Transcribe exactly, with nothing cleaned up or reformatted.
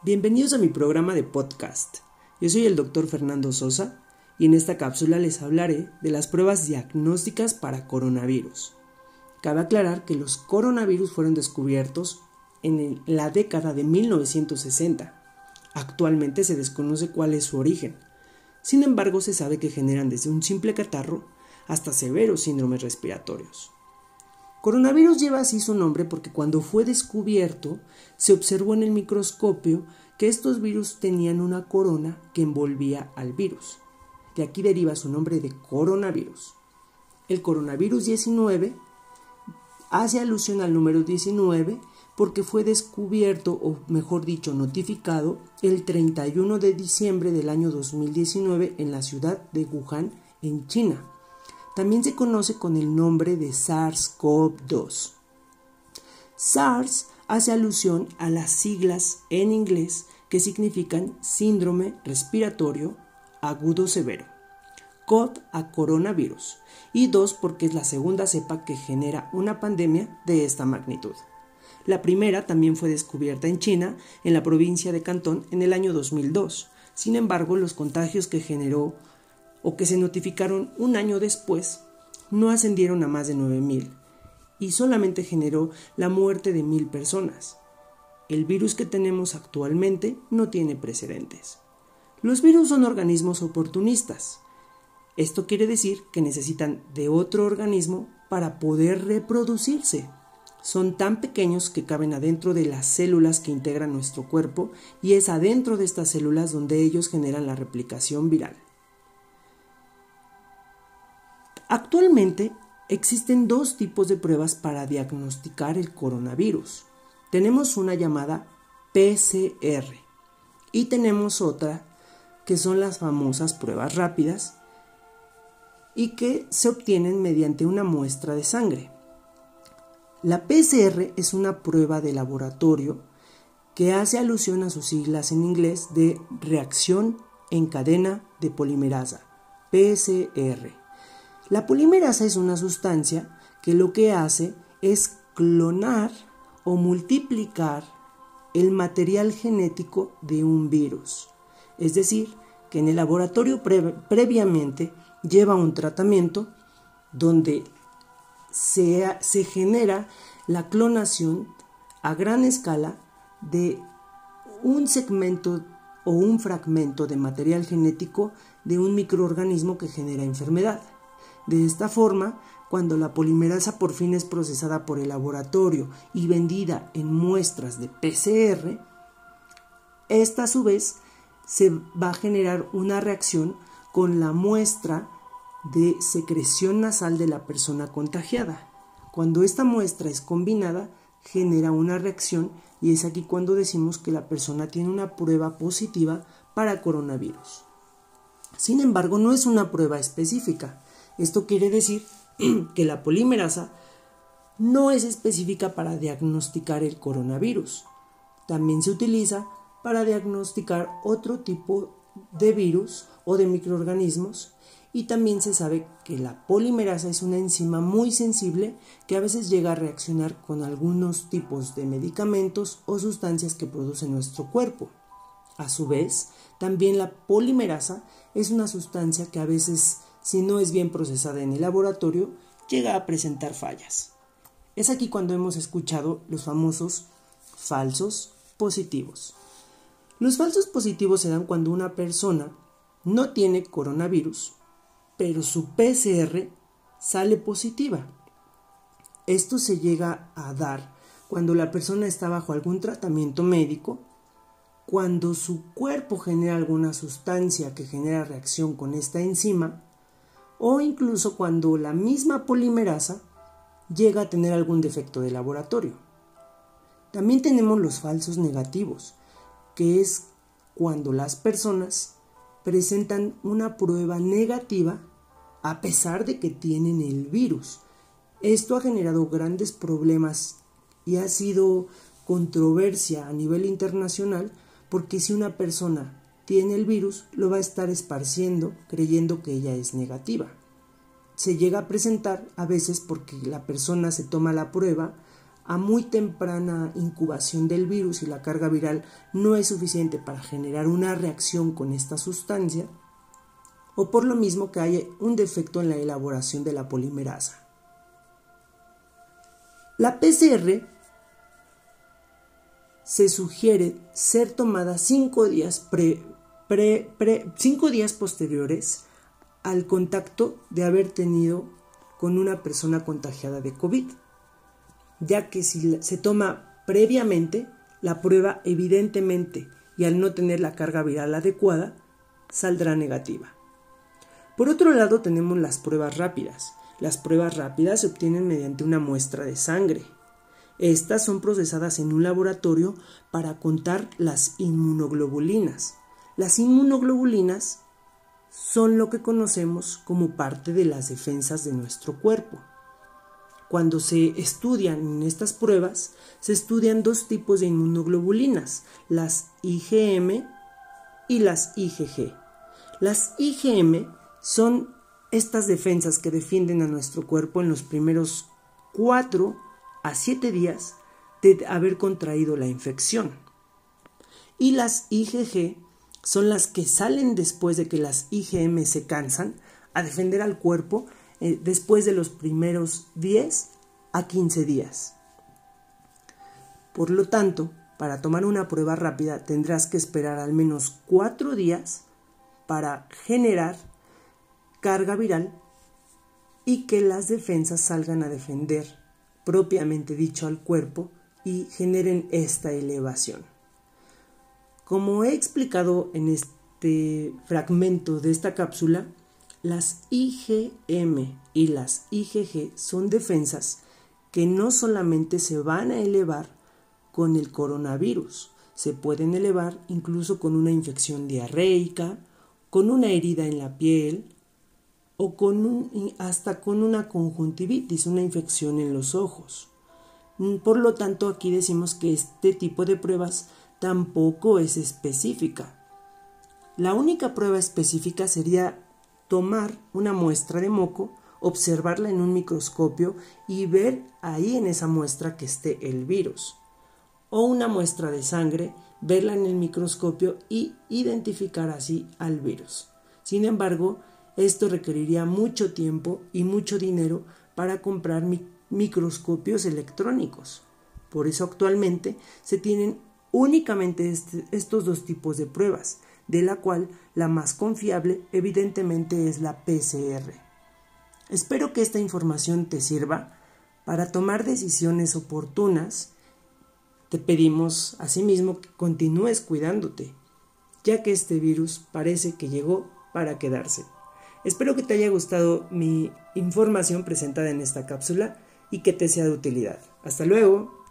Bienvenidos a mi programa de podcast. Yo soy el doctor Fernando Sosa y en esta cápsula les hablaré de las pruebas diagnósticas para coronavirus. Cabe aclarar que los coronavirus fueron descubiertos en la década de mil novecientos sesenta. Actualmente se desconoce cuál es su origen. Sin embargo, se sabe que generan desde un simple catarro hasta severos síndromes respiratorios. Coronavirus lleva así su nombre porque cuando fue descubierto se observó en el microscopio que estos virus tenían una corona que envolvía al virus. De aquí deriva su nombre de coronavirus. El coronavirus diecinueve hace alusión al número diecinueve porque fue descubierto, o mejor dicho, notificado el treinta y uno de diciembre del año dos mil diecinueve en la ciudad de Wuhan, en China. También se conoce con el nombre de SARS-CoV dos. SARS hace alusión a las siglas en inglés que significan síndrome respiratorio agudo severo, CoV a coronavirus, y dos porque es la segunda cepa que genera una pandemia de esta magnitud. La primera también fue descubierta en China, en la provincia de Cantón, en el año dos mil dos. Sin embargo, los contagios que generó o que se notificaron un año después no ascendieron a más de nueve mil y solamente generó la muerte de mil personas. El virus que tenemos actualmente no tiene precedentes. Los virus son organismos oportunistas. Esto quiere decir que necesitan de otro organismo para poder reproducirse. Son tan pequeños que caben adentro de las células que integran nuestro cuerpo y es adentro de estas células donde ellos generan la replicación viral. Actualmente existen dos tipos de pruebas para diagnosticar el coronavirus. Tenemos una llamada P C R y tenemos otra que son las famosas pruebas rápidas y que se obtienen mediante una muestra de sangre. La P C R es una prueba de laboratorio que hace alusión a sus siglas en inglés de reacción en cadena de polimerasa, P C R. La polimerasa es una sustancia que lo que hace es clonar o multiplicar el material genético de un virus. Es decir, que en el laboratorio pre- previamente lleva un tratamiento donde se, se genera la clonación a gran escala de un segmento o un fragmento de material genético de un microorganismo que genera enfermedad. De esta forma, cuando la polimerasa por fin es procesada por el laboratorio y vendida en muestras de P C R, esta a su vez se va a generar una reacción con la muestra de secreción nasal de la persona contagiada. Cuando esta muestra es combinada, genera una reacción y es aquí cuando decimos que la persona tiene una prueba positiva para coronavirus. Sin embargo, no es una prueba específica. Esto quiere decir que la polimerasa no es específica para diagnosticar el coronavirus. También se utiliza para diagnosticar otro tipo de virus o de microorganismos y también se sabe que la polimerasa es una enzima muy sensible que a veces llega a reaccionar con algunos tipos de medicamentos o sustancias que produce nuestro cuerpo. A su vez, también la polimerasa es una sustancia que a veces, si no es bien procesada en el laboratorio, llega a presentar fallas. Es aquí cuando hemos escuchado los famosos falsos positivos. Los falsos positivos se dan cuando una persona no tiene coronavirus, pero su P C R sale positiva. Esto se llega a dar cuando la persona está bajo algún tratamiento médico, cuando su cuerpo genera alguna sustancia que genera reacción con esta enzima, o incluso cuando la misma polimerasa llega a tener algún defecto de laboratorio. También tenemos los falsos negativos, que es cuando las personas presentan una prueba negativa a pesar de que tienen el virus. Esto ha generado grandes problemas y ha sido controversia a nivel internacional porque si una persona tiene el virus, lo va a estar esparciendo creyendo que ella es negativa. Se llega a presentar a veces porque la persona se toma la prueba a muy temprana incubación del virus y la carga viral no es suficiente para generar una reacción con esta sustancia, o por lo mismo que haya un defecto en la elaboración de la polimerasa. La P C R se sugiere ser tomada cinco días, pre, pre, pre, cinco días posteriores al contacto de haber tenido con una persona contagiada de COVID, ya que si se toma previamente, la prueba evidentemente y al no tener la carga viral adecuada, saldrá negativa. Por otro lado tenemos las pruebas rápidas. Las pruebas rápidas se obtienen mediante una muestra de sangre. Estas son procesadas en un laboratorio para contar las inmunoglobulinas. Las inmunoglobulinas son lo que conocemos como parte de las defensas de nuestro cuerpo. Cuando se estudian en estas pruebas, se estudian dos tipos de inmunoglobulinas, las I G M y las I G G. Las I G M son estas defensas que defienden a nuestro cuerpo en los primeros cuatro a siete días de haber contraído la infección. Y las I G G son las que salen después de que las I G M se cansan a defender al cuerpo eh, después de los primeros diez a quince días. Por lo tanto, para tomar una prueba rápida tendrás que esperar al menos cuatro días para generar carga viral y que las defensas salgan a defender propiamente dicho al cuerpo y generen esta elevación. Como he explicado en este fragmento de esta cápsula, las I G M y las I G G son defensas que no solamente se van a elevar con el coronavirus, se pueden elevar incluso con una infección diarreica, con una herida en la piel o con un, hasta con una conjuntivitis, una infección en los ojos. Por lo tanto, aquí decimos que este tipo de pruebas tampoco es específica. La única prueba específica sería tomar una muestra de moco, observarla en un microscopio y ver ahí en esa muestra que esté el virus. O una muestra de sangre, verla en el microscopio y identificar así al virus. Sin embargo, esto requeriría mucho tiempo y mucho dinero para comprar mi- microscopios electrónicos. Por eso actualmente se tienen únicamente este, estos dos tipos de pruebas, de la cual la más confiable evidentemente es la P C R. Espero que esta información te sirva para tomar decisiones oportunas. Te pedimos asimismo que continúes cuidándote, ya que este virus parece que llegó para quedarse. Espero que te haya gustado mi información presentada en esta cápsula y que te sea de utilidad. Hasta luego.